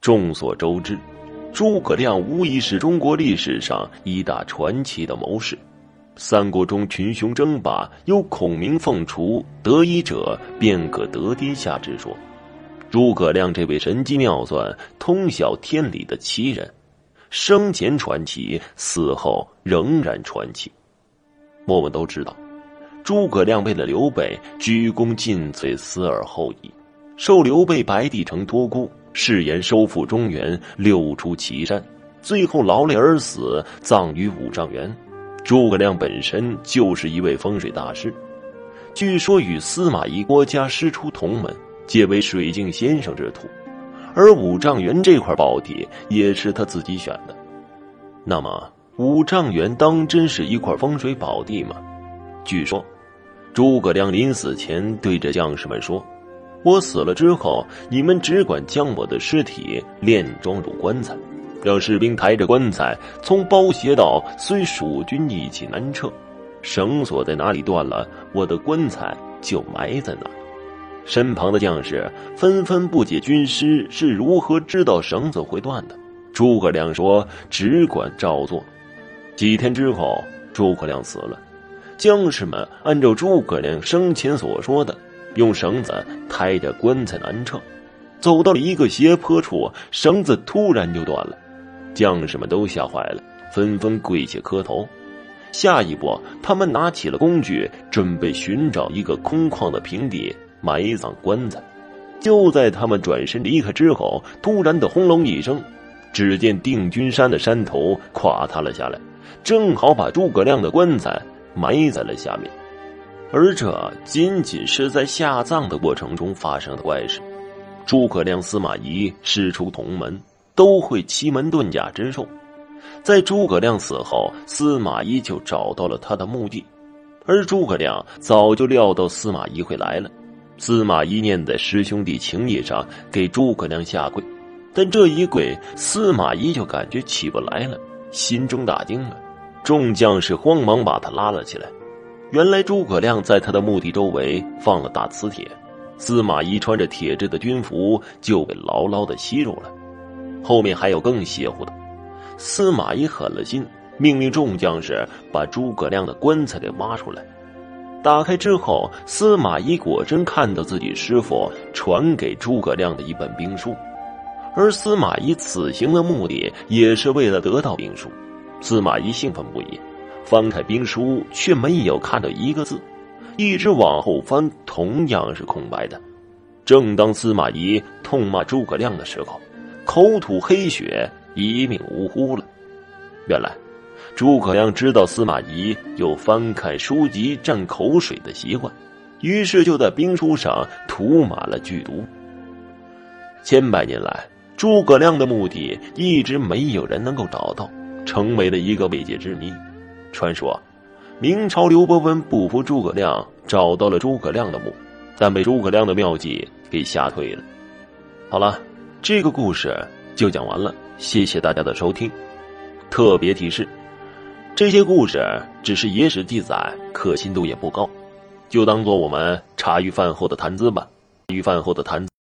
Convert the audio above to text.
众所周知，诸葛亮无疑是中国历史上一大传奇的谋士。三国中群雄争霸，有孔明凤雏，得一者便可得天下之说。诸葛亮这位神机妙算、通晓天理的奇人，生前传奇，死后仍然传奇。我们都知道，诸葛亮为了刘备鞠躬尽瘁，死而后已，受刘备白帝城托孤，誓言收复中原，六出祁山，最后劳累而死，葬于五丈原。诸葛亮本身就是一位风水大师，据说与司马懿、郭嘉师出同门，皆为水镜先生之徒，而五丈原这块宝地也是他自己选的。那么五丈原当真是一块风水宝地吗？据说诸葛亮临死前对着将士们说，我死了之后，你们只管将我的尸体殓装入棺材，让士兵抬着棺材从包斜道随蜀军一起南撤，绳索在哪里断了，我的棺材就埋在哪儿。身旁的将士纷纷不解军师是如何知道绳子会断的。诸葛亮说只管照做。几天之后，诸葛亮死了，将士们按照诸葛亮生前所说的，用绳子抬着棺材南撤，走到了一个斜坡处，绳子突然就断了，将士们都吓坏了，纷纷跪下磕头。下一步，他们拿起了工具，准备寻找一个空旷的平地埋葬棺材。就在他们转身离开之后，突然的轰隆一声，只见定军山的山头垮塌了下来，正好把诸葛亮的棺材埋在了下面。而这仅仅是在下葬的过程中发生的怪事。诸葛亮、司马懿师出同门，都会奇门遁甲之术。在诸葛亮死后，司马懿就找到了他的墓地，而诸葛亮早就料到司马懿会来了。司马懿念在师兄弟情谊上，给诸葛亮下跪，但这一跪，司马懿就感觉起不来了，心中大惊了。众将士慌忙把他拉了起来。原来诸葛亮在他的墓地周围放了大磁铁，司马懿穿着铁制的军服就被牢牢地吸入了。后面还有更邪乎的，司马懿狠了心，命令众将士把诸葛亮的棺材给挖出来。打开之后，司马懿果真看到自己师父传给诸葛亮的一本兵书，而司马懿此行的目的也是为了得到兵书。司马懿兴奋不已，翻开兵书却没有看到一个字，一直往后翻，同样是空白的。正当司马懿痛骂诸葛亮的时候，口吐黑血，一命呜呼了。原来诸葛亮知道司马懿有翻看书籍蘸口水的习惯，于是就在兵书上涂满了剧毒。千百年来，诸葛亮的墓地一直没有人能够找到，成为了一个未解之谜。传说明朝刘伯温不服诸葛亮，找到了诸葛亮的墓，但被诸葛亮的妙计给吓退了。好了，这个故事就讲完了，谢谢大家的收听。特别提示，这些故事只是野史记载，可信度也不高，就当做我们茶余饭后的谈资吧。茶余饭后的谈资。